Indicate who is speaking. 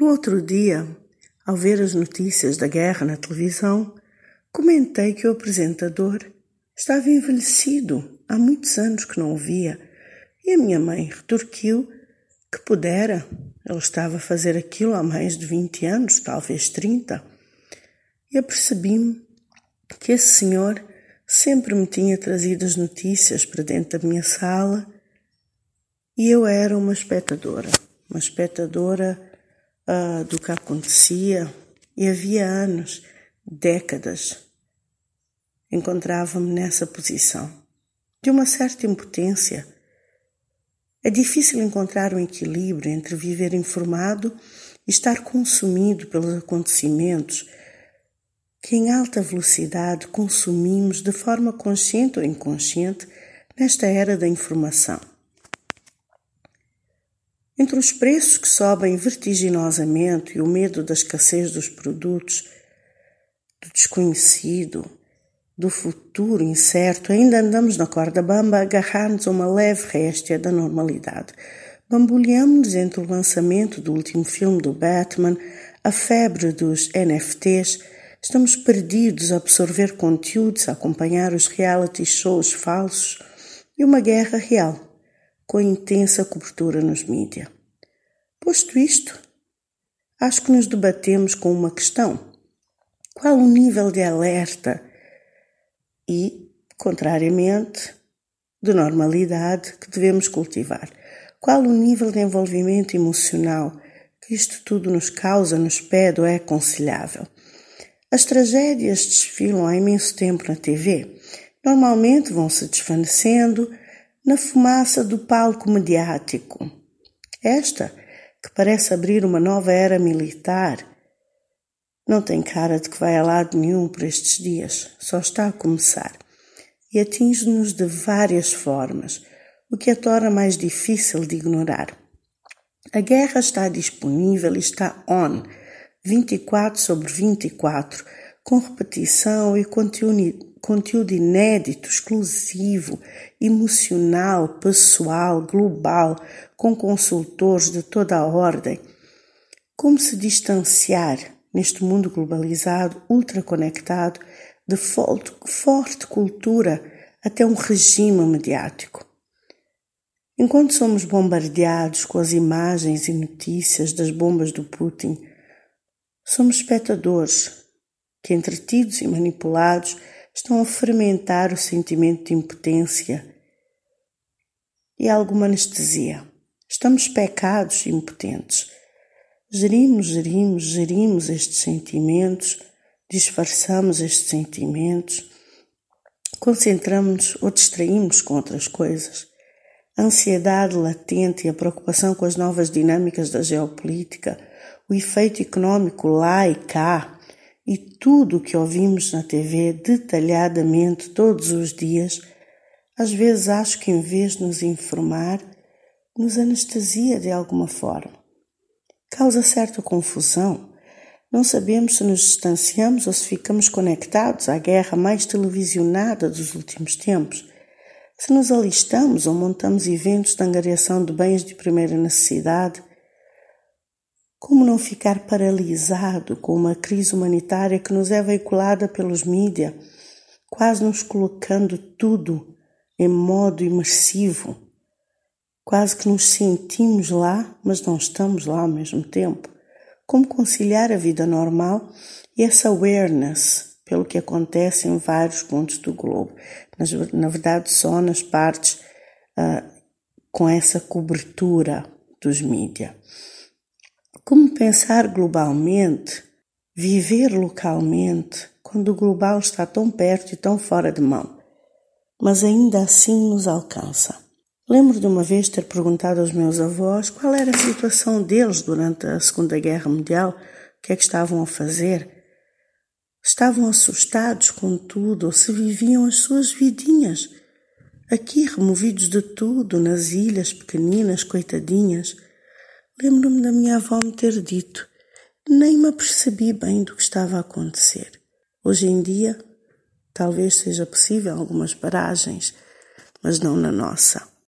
Speaker 1: No outro dia, ao ver as notícias da guerra na televisão, comentei que o apresentador estava envelhecido, há muitos anos que não o via, e a minha mãe retorquiu que pudera, ele estava a fazer aquilo há mais de 20 anos, talvez 30. E apercebi-me que esse senhor sempre me tinha trazido as notícias para dentro da minha sala e eu era uma espectadora do que acontecia, e havia anos, décadas, encontrava-me nessa posição, de uma certa impotência. É difícil encontrar um equilíbrio entre viver informado e estar consumido pelos acontecimentos que em alta velocidade consumimos de forma consciente ou inconsciente nesta era da informação. Entre os preços que sobem vertiginosamente e o medo da escassez dos produtos, do desconhecido, do futuro incerto, ainda andamos na corda bamba agarrados a uma leve réstia da normalidade. Bamboleamos-nos entre o lançamento do último filme do Batman, a febre dos NFTs, estamos perdidos a absorver conteúdos, a acompanhar os reality shows falsos e uma guerra real, com intensa cobertura nos mídias. Posto isto, acho que nos debatemos com uma questão. Qual o nível de alerta e, contrariamente, de normalidade que devemos cultivar? Qual o nível de envolvimento emocional que isto tudo nos causa, nos pede ou é aconselhável? As tragédias desfilam há imenso tempo na TV. Normalmente vão se desvanecendo na fumaça do palco mediático. Esta, que parece abrir uma nova era militar, não tem cara de que vai a lado nenhum por estes dias, só está a começar. E atinge-nos de várias formas, o que a torna mais difícil de ignorar. A guerra está disponível e está on, 24/24, com repetição e conteúdo inédito, exclusivo, emocional, pessoal, global, com consultores de toda a ordem. Como se distanciar neste mundo globalizado, ultraconectado, de forte cultura até um regime mediático? Enquanto somos bombardeados com as imagens e notícias das bombas do Putin, somos espectadores que, entretidos e manipulados, estão a fermentar o sentimento de impotência e alguma anestesia. Estamos pecados e impotentes. Gerimos estes sentimentos, disfarçamos estes sentimentos, concentramos-nos ou distraímos com outras coisas. A ansiedade latente e a preocupação com as novas dinâmicas da geopolítica, o efeito econômico lá e cá, e tudo o que ouvimos na TV detalhadamente todos os dias, às vezes acho que em vez de nos informar, nos anestesia de alguma forma. Causa certa confusão. Não sabemos se nos distanciamos ou se ficamos conectados à guerra mais televisionada dos últimos tempos. Se nos alistamos ou montamos eventos de angariação de bens de primeira necessidade. Como não ficar paralisado com uma crise humanitária que nos é veiculada pelos mídias, quase nos colocando tudo em modo imersivo, quase que nos sentimos lá, mas não estamos lá ao mesmo tempo? Como conciliar a vida normal e essa awareness pelo que acontece em vários pontos do globo, na verdade só nas partes com essa cobertura dos mídias? Como pensar globalmente, viver localmente, quando o global está tão perto e tão fora de mão, mas ainda assim nos alcança? Lembro de uma vez ter perguntado aos meus avós qual era a situação deles durante a Segunda Guerra Mundial, o que é que estavam a fazer. Estavam assustados com tudo ou se viviam as suas vidinhas, aqui removidos de tudo, nas ilhas pequeninas, coitadinhas. Lembro-me da minha avó me ter dito, nem me apercebi bem do que estava a acontecer. Hoje em dia, talvez seja possível algumas paragens, mas não na nossa.